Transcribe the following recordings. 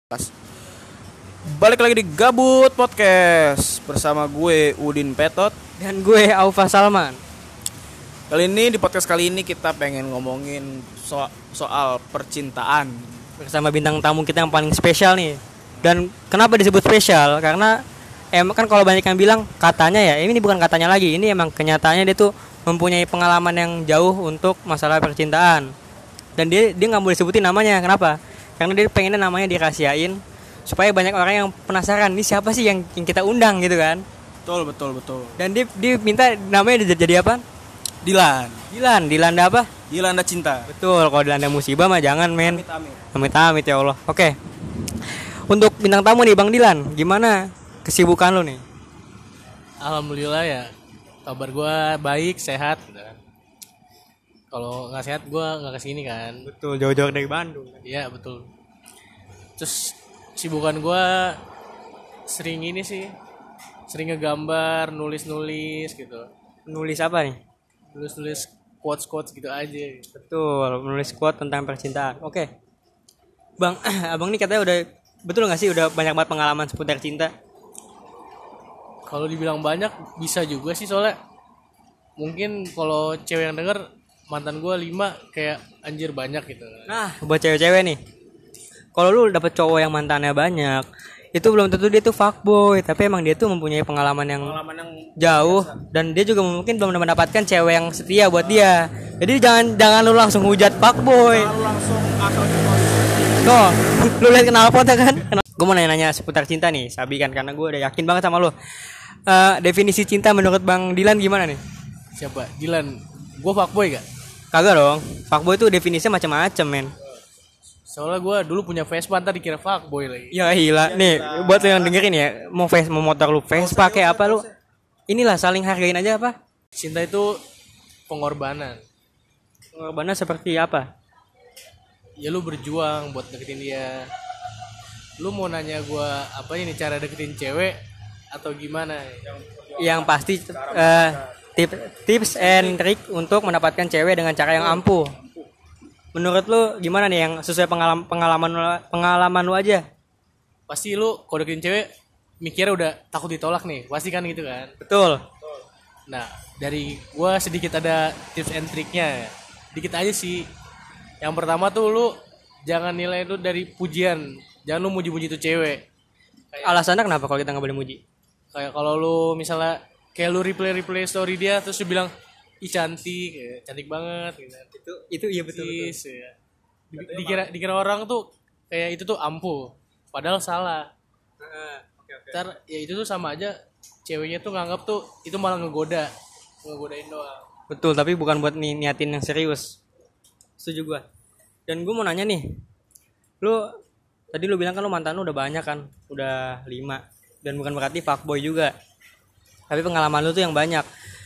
Balik lagi di Gabut Podcast bersama gue Udin Petot dan gue Aufa Salman. Di podcast kali ini kita pengen ngomongin soal percintaan Bersama bintang tamu kita yang paling spesial nih. Dan kenapa disebut spesial? Karena kan kalau banyak yang bilang katanya ya, ini bukan katanya lagi, ini emang kenyataannya dia tuh mempunyai pengalaman yang jauh untuk masalah percintaan. Dan dia nggak mau disebutin namanya. Kenapa? Karena dia pengennya namanya dirahasiain supaya banyak orang yang penasaran nih siapa sih yang kita undang gitu kan. Betul. Dan dia minta namanya jadi apa? Dilanda apa? Dilanda cinta. Betul, kalau dilanda musibah mah jangan men. Amit ya Allah. Oke. Untuk bintang tamu nih Bang Dilan, gimana kesibukan lu nih? Alhamdulillah ya, kabar gue baik, sehat gitu kan. Kalau nggak sehat gue nggak kesini kan. Betul, jauh-jauh dari Bandung. Iya betul. Terus sibukan gue sering ngegambar, nulis gitu. Nulis apa nih? Nulis quotes gitu aja. Betul, menulis quote tentang percintaan. Oke. Bang, abang nih katanya udah, betul nggak sih udah banyak banget pengalaman seputar cinta? Kalau dibilang banyak bisa juga sih, soalnya mungkin kalau cewek yang denger mantan gue 5 kayak anjir banyak gitu. Nah, buat cewek-cewek nih, kalau lu dapet cowok yang mantannya banyak, itu belum tentu dia tuh fuckboy, tapi emang dia tuh mempunyai pengalaman yang jauh dan dia juga mungkin belum mendapatkan cewek yang setia buat dia. Jadi jangan lu langsung hujat fuckboy. Jangan lu langsung asal Tuh, lu lihat knalpotnya kan? Gue mau nanya seputar cinta nih, Sabi kan, karena gue udah yakin banget sama lu. Definisi cinta menurut Bang Dilan gimana nih? Siapa? Dilan? Gue fuckboy gak? Kagak dong. Fuckboy itu definisinya macam-macam, men. Soalnya gue dulu punya Vespa, ntar dikira fuckboy lagi. Ya gila. Nih, buat lo yang dengerin ya, mau motor lu Vespa kayak apa lu? Inilah saling hargain aja apa? Cinta itu pengorbanan. Pengorbanan seperti apa? Ya lu berjuang buat deketin dia. Lu mau nanya gue apa ini cara deketin cewek atau gimana? Yang pasti tips and trick untuk mendapatkan cewek dengan cara yang ampuh. Menurut lu gimana nih yang sesuai pengalaman lu aja? Pasti lu kalau deketin cewek mikirnya udah takut ditolak nih, pasti kan gitu kan? Betul. Nah, dari gua sedikit ada tips and triknya. Dikit aja sih. Yang pertama tuh lu jangan nilai itu dari pujian. Jangan lu muji-muji tuh cewek. Alasannya kenapa kalau kita nggak boleh muji? Kayak kalau lu misalnya kayak lu replay story dia terus lu bilang ih cantik banget gitu. Itu iya betul. Ya. Dikira orang tuh kayak itu tuh ampuh, padahal salah. Ntar ya itu tuh sama aja ceweknya tuh nganggap tuh itu malah ngegodain doang. Betul, tapi bukan buat niatin yang serius. Setuju gua. Dan gua mau nanya nih, tadi lu bilang kan lu mantan lu udah banyak kan, udah 5, dan bukan berarti fuckboy juga. Tapi pengalaman lu tuh yang banyak.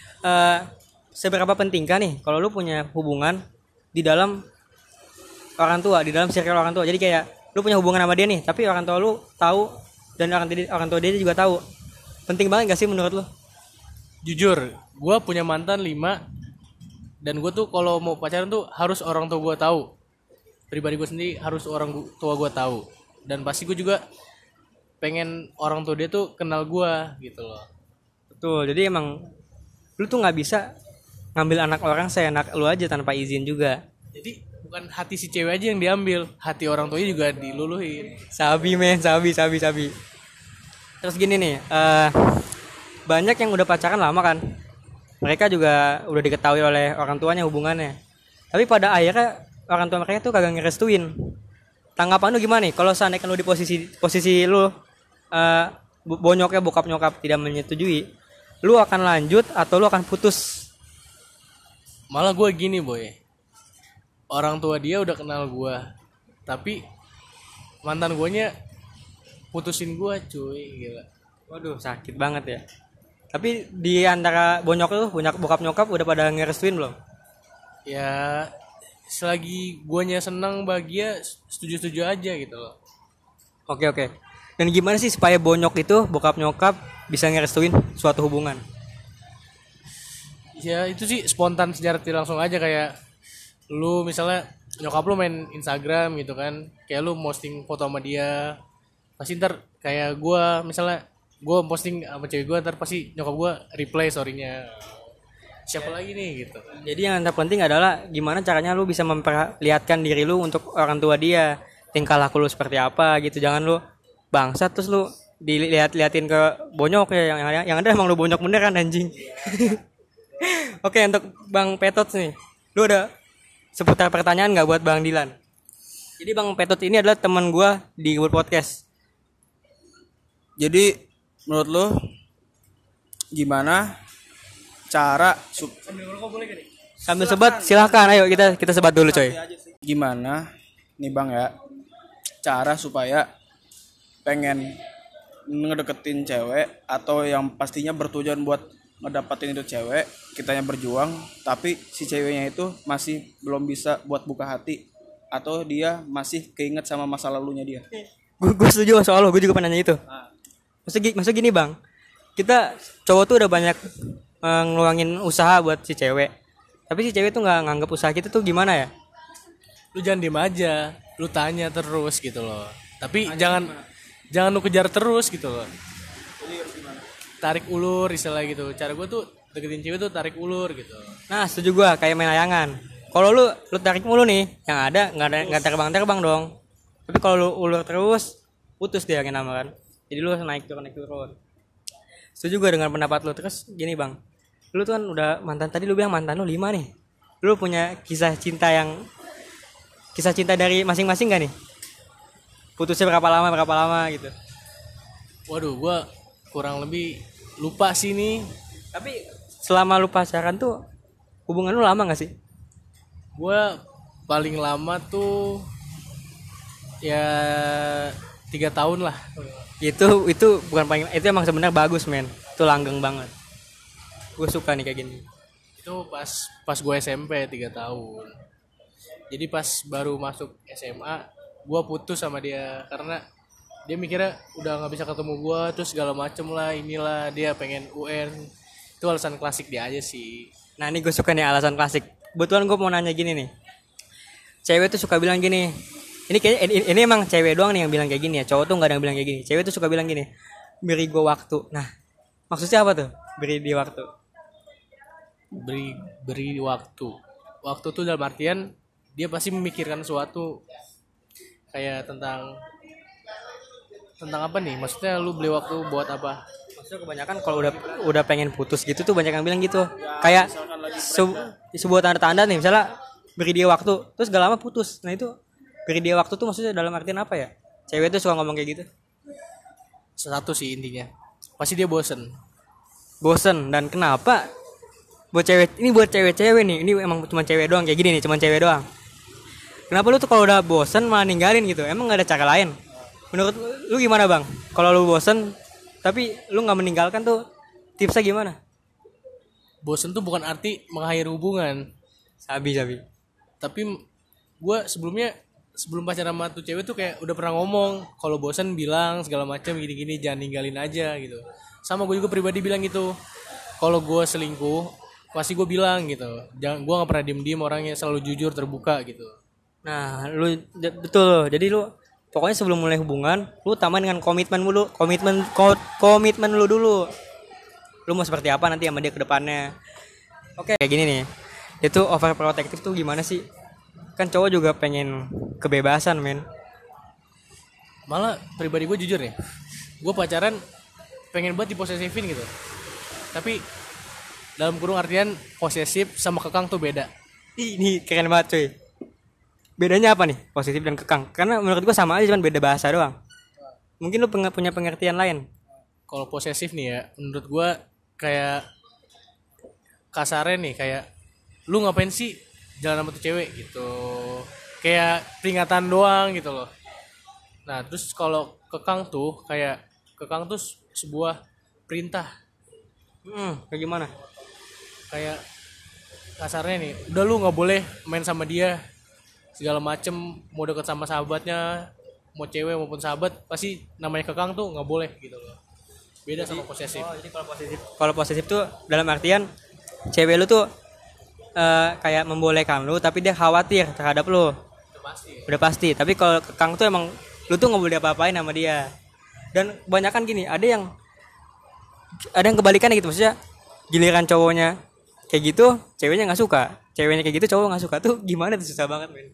Seberapa pentingkah nih kalau lu punya hubungan di dalam orang tua, di dalam circle orang tua. Jadi kayak lu punya hubungan sama dia nih, tapi orang tua lu tahu dan orang tua dia juga tahu. Penting banget gak sih menurut lu? Jujur, gue punya mantan 5 dan gue tuh kalau mau pacaran tuh harus orang tua gue tahu. Pribadi gue sendiri harus orang tua gue tahu. Dan pasti gue juga pengen orang tua dia tuh kenal gue gitu loh. Betul, jadi emang lu tuh nggak bisa ngambil anak orang seenak lu aja tanpa izin juga. Jadi bukan hati si cewek aja yang diambil, hati orang tuanya juga diluluhin. Sabi men, sabi. Terus gini nih, banyak yang udah pacaran lama kan, mereka juga udah diketahui oleh orang tuanya hubungannya. Tapi pada akhirnya orang tua mereka tuh kagak ngerestuin. Tanggapan lu gimana nih? Kalau seandainya lu di posisi lu, bonyoknya bokap nyokap tidak menyetujui, lu akan lanjut atau lu akan putus? Malah gue gini boy, orang tua dia udah kenal gue, tapi mantan guanya putusin gue cuy, gila. Waduh, sakit banget ya. Tapi di antara bokap nyokap udah pada ngerestuin belum? Ya selagi guanya senang bahagia setuju aja gitu loh. Oke. Dan gimana sih supaya bonyok itu bokap nyokap bisa ngerestuin suatu hubungan? Ya itu sih spontan secara tidak langsung aja, kayak lu misalnya nyokap lu main Instagram gitu kan, kayak lu posting foto sama dia, pasti ntar kayak gue misalnya gue posting sama cewek gue, ntar pasti nyokap gue reply storynya siapa lagi nih gitu. Jadi yang terpenting adalah gimana caranya lu bisa memperlihatkan diri lu untuk orang tua dia, tingkah laku lu seperti apa gitu. Jangan lu bangsat terus lu dilihat-liatin ke bonyok ya, yang ada emang lu bonyok beneran anjing. Oke, untuk Bang Petot nih, lu ada seputar pertanyaan nggak buat Bang Dilan? Jadi Bang Petot ini adalah teman gua di Gebut Podcast. Jadi menurut lo gimana cara Sambil sebat silahkan, ayo kita sebat dulu coy. gimana nih Bang ya, cara supaya pengen ngedeketin cewek atau yang pastinya bertujuan buat ngedapetin itu cewek, kitanya berjuang tapi si ceweknya itu masih belum bisa buat buka hati atau dia masih keinget sama masa lalunya dia. Gue setuju soal lo, gue juga pernah nanya itu. Maksud gini Bang, kita cowok tuh udah banyak ngeluangin usaha buat si cewek, tapi si cewek tuh nggak nganggap usaha kita tuh gimana ya. Lu jangan diem aja, lu tanya terus gitu loh, tapi jangan lu kejar terus gitu loh. Tarik ulur istilah gitu. Cara gue tuh deketin cewek tuh tarik ulur gitu. Nah setuju gue, kayak main layangan. Kalau lu tarik mulu nih, yang ada nggak terbang dong. Tapi kalau lu ulur terus, putus dia yang nama kan. Jadi lu naik turun. Setuju gue dengan pendapat lu. Terus gini Bang, lu tuh kan udah mantan, tadi lu bilang mantan lu 5 nih. Lu punya kisah cinta dari masing-masing gak nih? Putusnya berapa lama gitu. Waduh, gue kurang lebih lupa sih nih. Tapi selama lu pacaran tuh hubungan lu lama gak sih? Gue paling lama tuh ya 3 tahun lah. Itu bukan paling, itu emang sebenarnya bagus men. Itu langgeng banget. Gue suka nih kayak gini. Itu pas gue SMP 3 tahun. Jadi pas baru masuk SMA gue putus sama dia karena dia mikirnya udah nggak bisa ketemu gue, terus segala macem lah, inilah dia pengen UN. Itu alasan klasik dia aja sih. Nah ini gue suka nih alasan klasik. Kebetulan gue mau nanya gini nih, cewek tuh suka bilang gini, ini emang cewek doang nih yang bilang kayak gini ya, cowok tuh nggak ada yang bilang kayak gini. Cewek tuh suka bilang gini, beri gue waktu. Nah maksudnya apa tuh beri dia waktu? Beri waktu tuh dalam artian dia pasti memikirkan sesuatu kayak tentang apa nih, maksudnya lu beli waktu buat apa? Maksudnya kebanyakan kalau udah pengen putus gitu tuh banyak yang bilang gitu ya, kayak sebuah tanda-tanda nih, misalnya beri dia waktu terus gak lama putus. Nah itu beri dia waktu tuh maksudnya dalam artian apa ya? Cewek tuh suka ngomong kayak gitu. Satu sih intinya, pasti dia bosen. Dan kenapa buat cewek-cewek nih, ini emang cuma cewek doang kayak gini nih, cuma cewek doang. Kenapa lu tuh kalau udah bosen malah ninggalin gitu? Emang gak ada cara lain? Menurut lu gimana Bang? Kalau lu bosen tapi lu gak meninggalkan tuh tipsnya gimana? Bosen tuh bukan arti mengakhiri hubungan. Sabi. Tapi gue sebelum pacaran sama tuh cewek tuh kayak udah pernah ngomong kalau bosen bilang segala macam gini-gini, jangan ninggalin aja gitu. Sama gue juga pribadi bilang gitu. Kalau gue selingkuh pasti gue bilang gitu. Gue gak pernah diem orangnya, selalu jujur terbuka gitu. Nah, lu betul. Jadi lu pokoknya sebelum mulai hubungan, lu utamain dengan komitmen lu dulu. Lu mau seperti apa nanti sama dia ke depannya. Oke, kayak gini nih. Itu overprotective tuh gimana sih? Kan cowok juga pengen kebebasan, men. Malah pribadi gue jujur ya, gue pacaran pengen banget diposesifin gitu. Tapi dalam kurung artian posesif sama kekang tuh beda. Ini keren banget cuy. Bedanya apa nih posesif dan kekang? Karena menurut gue sama aja, cuman beda bahasa doang. Mungkin lu punya pengertian lain. Kalau posesif nih ya, menurut gue kayak kasarnya nih, kayak lu ngapain sih jalan sama tuh cewek gitu, kayak peringatan doang gitu loh. Nah terus kalau kekang tuh sebuah perintah. Kayak gimana? Kayak kasarnya nih, udah lu nggak boleh main sama dia segala macem, mau deket sama sahabatnya, mau cewek maupun sahabat, pasti namanya kekang tuh nggak boleh gitu loh. Beda sama posesif. Jadi kalau posesif tuh dalam artian cewek lu tuh kayak membolehkan lu tapi dia khawatir terhadap lu. Udah pasti. Tapi kalau kekang tuh emang lu tuh nggak boleh apa-apain sama dia. Dan kebanyakan gini, ada yang kebalikannya gitu, maksudnya giliran cowoknya kayak gitu ceweknya nggak suka, ceweknya kayak gitu cowok nggak suka, tuh gimana tuh, susah banget men.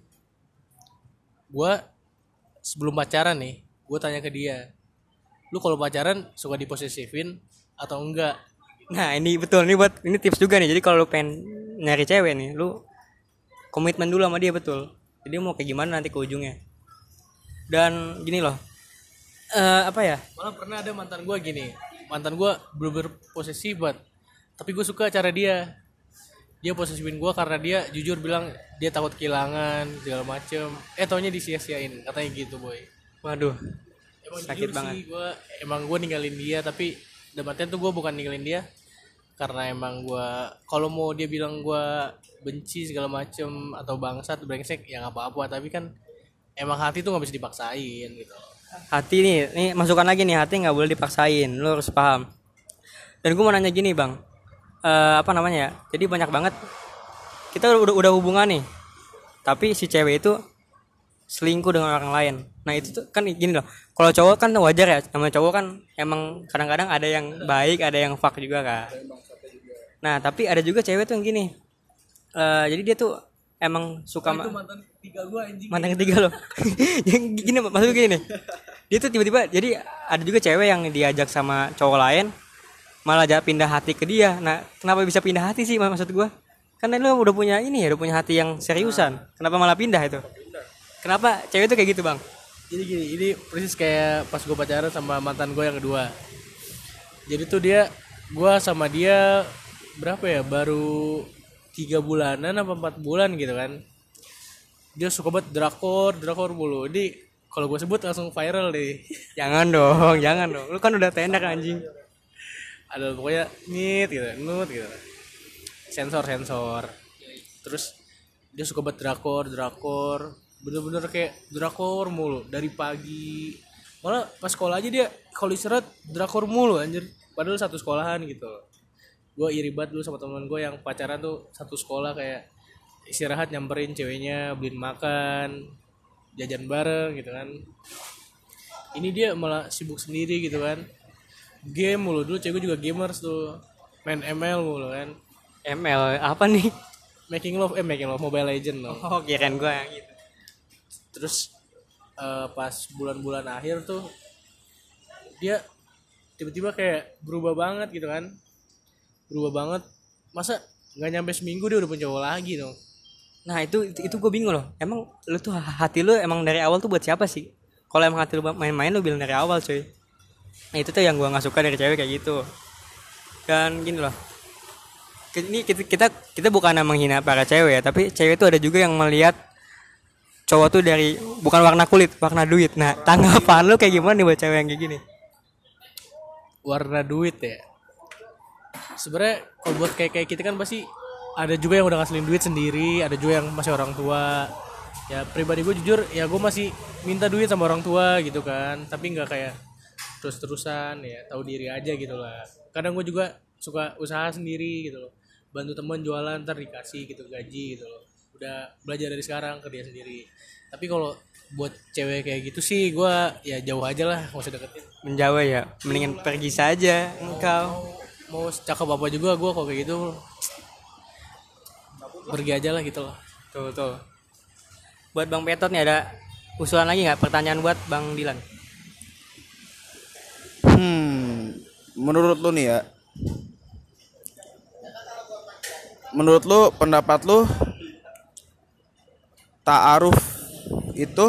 Gue sebelum pacaran nih, gue tanya ke dia, lu kalau pacaran suka diposesifin atau enggak? Nah ini betul, ini tips juga nih. Jadi kalau lu pengen nyari cewek nih, lu komitmen dulu sama dia, betul. Jadi mau kayak gimana nanti ke ujungnya. Dan gini loh, apa ya, Malah pernah ada mantan gue gini, mantan gue bener-bener posesif banget, tapi gue suka cara dia posesifin gue karena dia jujur bilang dia takut kehilangan segala macem, taunya disia-siain katanya gitu boy. waduh, Emang sakit jujur banget. sih gue ninggalin dia, tapi dalam artian tuh gue bukan ninggalin dia karena emang gue, kalau mau dia bilang gue benci segala macem atau bangsat brengsek ya nggak apa-apa, tapi kan emang hati tuh nggak bisa dipaksain gitu. Hati nih masukan lagi nih, hati nggak boleh dipaksain, lu harus paham. Dan gue mau nanya gini bang, apa namanya ya, jadi banyak banget kita udah hubungan nih, tapi si cewek itu selingkuh dengan orang lain. Nah itu tuh kan gini loh, kalau cowok kan wajar ya, namanya cowok kan emang kadang-kadang ada yang baik, ada yang fuck juga kan. Nah tapi ada juga cewek tuh yang gini, jadi dia tuh emang suka Mantan ketiga gue anjing. mantan ketiga loh. Yang gini maksudnya gini nih, dia tuh tiba-tiba, jadi ada juga cewek yang diajak sama cowok lain malah pindah hati ke dia. Nah kenapa bisa pindah hati sih, maksud gue kan lu udah punya ini ya, udah punya hati yang seriusan, kenapa malah pindah itu? Kenapa cewek tuh kayak gitu bang? Jadi gini, ini persis kayak pas gue pacaran sama mantan gue yang kedua. Jadi tuh gue sama dia berapa ya, baru 3 bulanan apa 4 bulan gitu kan. Dia suka banget drakor mulu. Jadi kalau gue sebut langsung viral deh. Jangan dong, lu kan udah tenda kan anjing. Ada pokoknya nut gitu. Sensor. Terus dia suka banget drakor. Bener-bener kayak drakor mulu dari pagi. Malah pas sekolah aja dia kalau istirahat drakor mulu anjir. Padahal satu sekolahan gitu. Gue iri banget dulu sama temen gue yang pacaran tuh satu sekolah, kayak istirahat nyamperin ceweknya, beliin makan, jajan bareng gitu kan. Ini dia malah sibuk sendiri gitu kan, game mulu. Dulu cewek juga gamers tuh, main ML mulu kan. ML apa nih? Making love Mobile Legend loh. Oh kirain gue yang gitu. Terus pas bulan-bulan akhir tuh dia tiba-tiba kayak berubah banget gitu kan, masa nggak nyampe seminggu dia udah punya cowok lagi dong. Nah itu gue bingung loh, emang lu tuh hati lu emang dari awal tuh buat siapa sih? Kalau emang hati lu main-main, lu bilang dari awal cuy. Nah itu tuh yang gue nggak suka dari cewek kayak gitu. Dan gini loh, ini kita bukan menghina para cewek ya, tapi cewek tuh ada juga yang melihat cowok tuh dari bukan warna kulit, warna duit. Nah tanggapan lu kayak gimana nih buat cewek yang kayak gini? Warna duit ya, sebenarnya kalau buat kayak kita kan pasti ada juga yang udah ngasilin duit sendiri, ada juga yang masih orang tua. Ya pribadi gue jujur ya, gue masih minta duit sama orang tua gitu kan, tapi nggak kayak terus-terusan, ya tahu diri aja gitu lah. Kadang gue juga suka usaha sendiri gitu loh, bantu teman jualan ntar dikasih gitu gaji gitu loh. Udah belajar dari sekarang ke dia sendiri. Tapi kalau buat cewek kayak gitu sih gue ya jauh aja lah, nggak usah deketin. Menjauh ya, mendingan pergi saja engkau. Mau cakep apa juga gue kalau kayak gitu pergi aja lah gitu loh. Tuh. Buat Bang Petot nih ada usulan lagi nggak, pertanyaan buat Bang Dilan? Menurut lu nih ya, menurut lu, pendapat lu, ta'aruf itu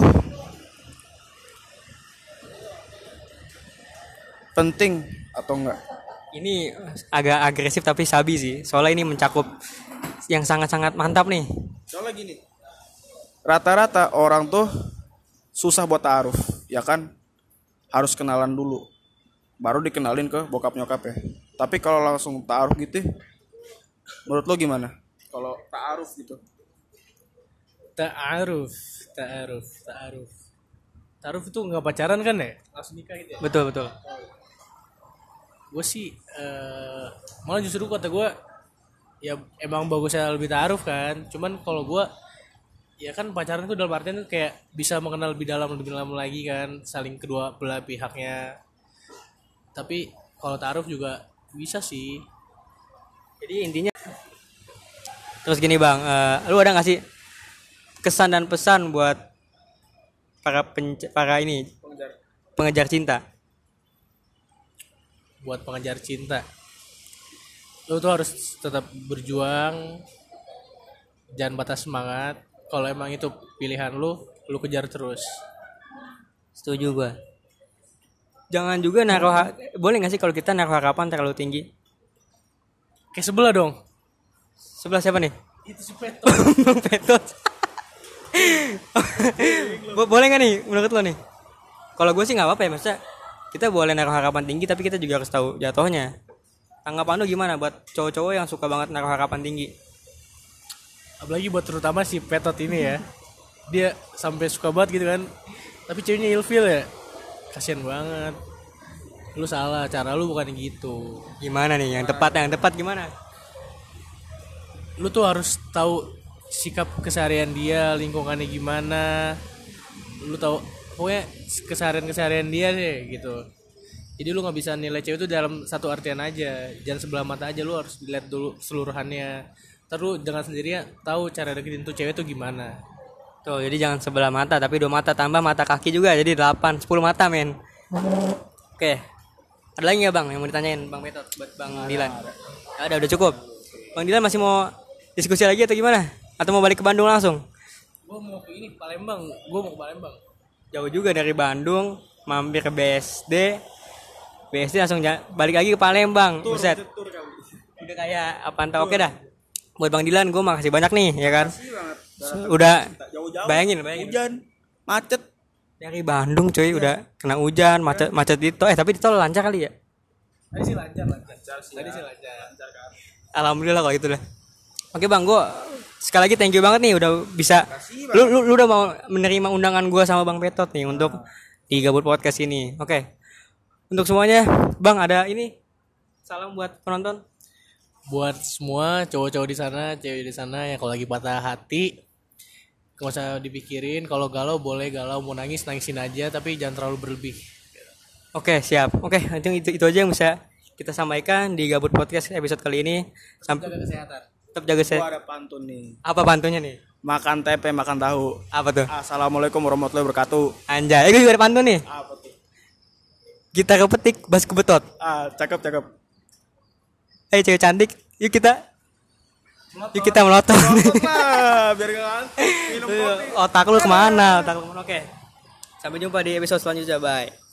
penting atau enggak? Ini agak agresif tapi sabi sih, soalnya ini mencakup yang sangat-sangat mantap nih. Soalnya gini, rata-rata orang tuh susah buat ta'aruf, ya kan? Harus kenalan dulu, baru dikenalin ke bokap nyokap ya. Tapi kalau langsung ta'aruf gitu, menurut lo gimana? Kalau ta'aruf gitu? Ta'aruf itu nggak pacaran kan ya, langsung nikah gitu ya. Betul. Gue sih malah justru kata gue ya emang bagusnya lebih ta'aruf kan. Cuman kalau gue ya kan pacaran tuh dalam artian tuh kayak bisa mengenal lebih dalam lagi kan, saling kedua belah pihaknya. Tapi kalau taruh juga bisa sih. Jadi intinya terus gini bang, lu ada nggak sih kesan dan pesan buat para ini pengejar cinta? Buat pengejar cinta, lu tuh harus tetap berjuang, jangan patah semangat. Kalau emang itu pilihan lu kejar terus. Setuju gua. Jangan juga boleh nggak sih kalau kita naruh harapan terlalu tinggi? Kayak sebelah dong. Sebelah siapa nih? Itu si Peto. Bang Petot. Boleh nggak nih menurut lo nih? Kalau gue sih nggak apa-apa ya, maksudnya kita boleh naruh harapan tinggi tapi kita juga harus tahu jatuhnya. Tanggapan lo gimana buat cowok-cowok yang suka banget naruh harapan tinggi? Apalagi buat terutama si Petot ini ya. Dia sampai suka banget gitu kan. Tapi ceweknya ilfil ya. Kasian banget. Lu salah, cara lu bukan gitu. Gimana nih yang tepat gimana? Lu tuh harus tahu sikap keseharian dia, lingkungannya gimana. Lu tahu pokoknya keseharian dia deh gitu. Jadi lu nggak bisa nilai cewek itu dalam satu artian aja, jangan sebelah mata aja, lu harus dilihat dulu seluruhannya. Terus dengan sendirinya tahu cara deketin tuh cewek tuh gimana. Tuh, jadi jangan sebelah mata tapi 2 mata tambah mata kaki juga jadi 8, 10 mata men. Oke. Ada lagi nggak bang yang mau ditanyain bang Petot buat bang Dilan? Ada udah cukup. Bang Dilan masih mau diskusi lagi atau gimana? Atau mau balik ke Bandung langsung? Gue mau ke ini Palembang, gue mau ke Palembang. Jauh juga dari Bandung, mampir ke BSD langsung balik lagi ke Palembang. Buset. Udah kayak apaan tau. Oke dah. Buat Bang Dilan gue makasih banyak nih ya kan. Udah bayangin Hujan, macet. dari Bandung cuy, udah kena hujan, macet di tol. Tapi di tol lancar kali ya? Tadi sih lancar. Tadi sih lancar. Alhamdulillah kalau gitu dah. Oke Bang, gue sekali lagi thank you banget nih udah bisa. Lu udah mau menerima undangan gue sama Bang Petot nih untuk di Gabut Podcast ini. Oke. Untuk semuanya, Bang ada ini salam buat penonton. Buat semua cowok-cowok di sana, cewek di sana yang kalau lagi patah hati, nggak usah dipikirin. Kalau galau boleh galau, mau nangis nangisin aja, tapi jangan terlalu berlebih. Oke siap. Oke itu aja yang bisa kita sampaikan di Gabut Podcast episode kali ini. Jaga kesehatan. Tetap jaga Gua ada pantun nih. Apa pantunnya nih? Makan tempe, makan tahu. Apa tuh? Assalamualaikum warahmatullahi wabarakatuh. Anjay, gue juga ada pantun nih. Apa tuh? Kita kepetik, bas kebetot. Cakep. Cewek cantik, yuk kita melotot. Lah, biar gak ngantuk. Minum kopi. Otak lu kemana? Oke. Sampai jumpa di episode selanjutnya. Bye.